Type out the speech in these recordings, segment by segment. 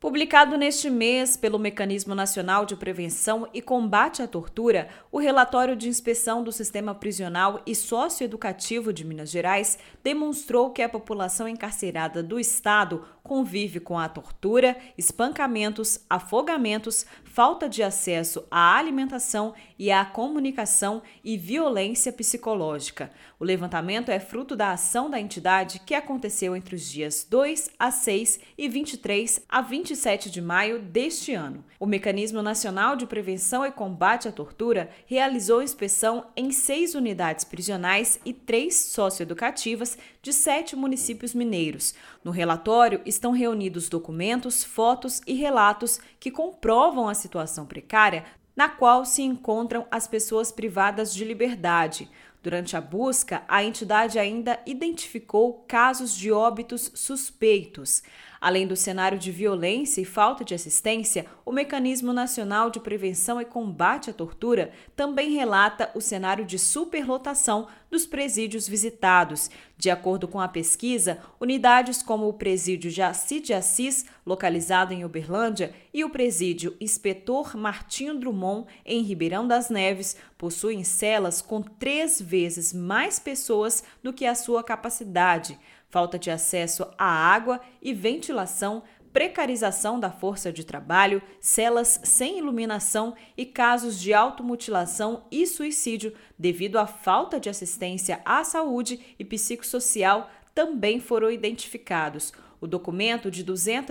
Publicado neste mês pelo Mecanismo Nacional de Prevenção e Combate à Tortura, o relatório de inspeção do sistema prisional e socioeducativo de Minas Gerais demonstrou que a população encarcerada do estado convive com a tortura, espancamentos, afogamentos, falta de acesso à alimentação e à comunicação e violência psicológica. O levantamento é fruto da ação da entidade que aconteceu entre os dias 2 a 6 e 23 a 27 de maio deste ano. O Mecanismo Nacional de Prevenção e Combate à Tortura realizou inspeção em 6 unidades prisionais e 3 socioeducativas de 7 municípios mineiros. No relatório estão reunidos documentos, fotos e relatos que comprovam a situação precária na qual se encontram as pessoas privadas de liberdade. Durante a busca, a entidade ainda identificou casos de óbitos suspeitos. Além do cenário de violência e falta de assistência, o Mecanismo Nacional de Prevenção e Combate à Tortura também relata o cenário de superlotação dos presídios visitados. De acordo com a pesquisa, unidades como o Presídio Jaci de Assis, localizado em Uberlândia, e o Presídio Inspetor Martinho Drummond, em Ribeirão das Neves, possuem celas com 3 vezes mais pessoas do que a sua capacidade. Falta de acesso à água e ventilação, precarização da força de trabalho, celas sem iluminação e casos de automutilação e suicídio devido à falta de assistência à saúde e psicossocial também foram identificados. O documento, de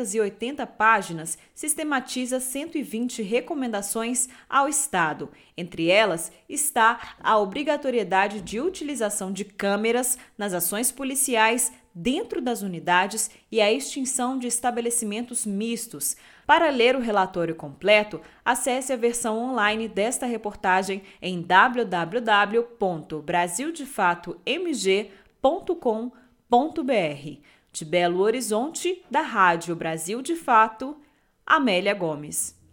280 páginas, sistematiza 120 recomendações ao Estado. Entre elas está a obrigatoriedade de utilização de câmeras nas ações policiais dentro das unidades e a extinção de estabelecimentos mistos. Para ler o relatório completo, acesse a versão online desta reportagem em www.brasildefatomg.com.br. De Belo Horizonte, da Rádio Brasil de Fato, Amélia Gomes.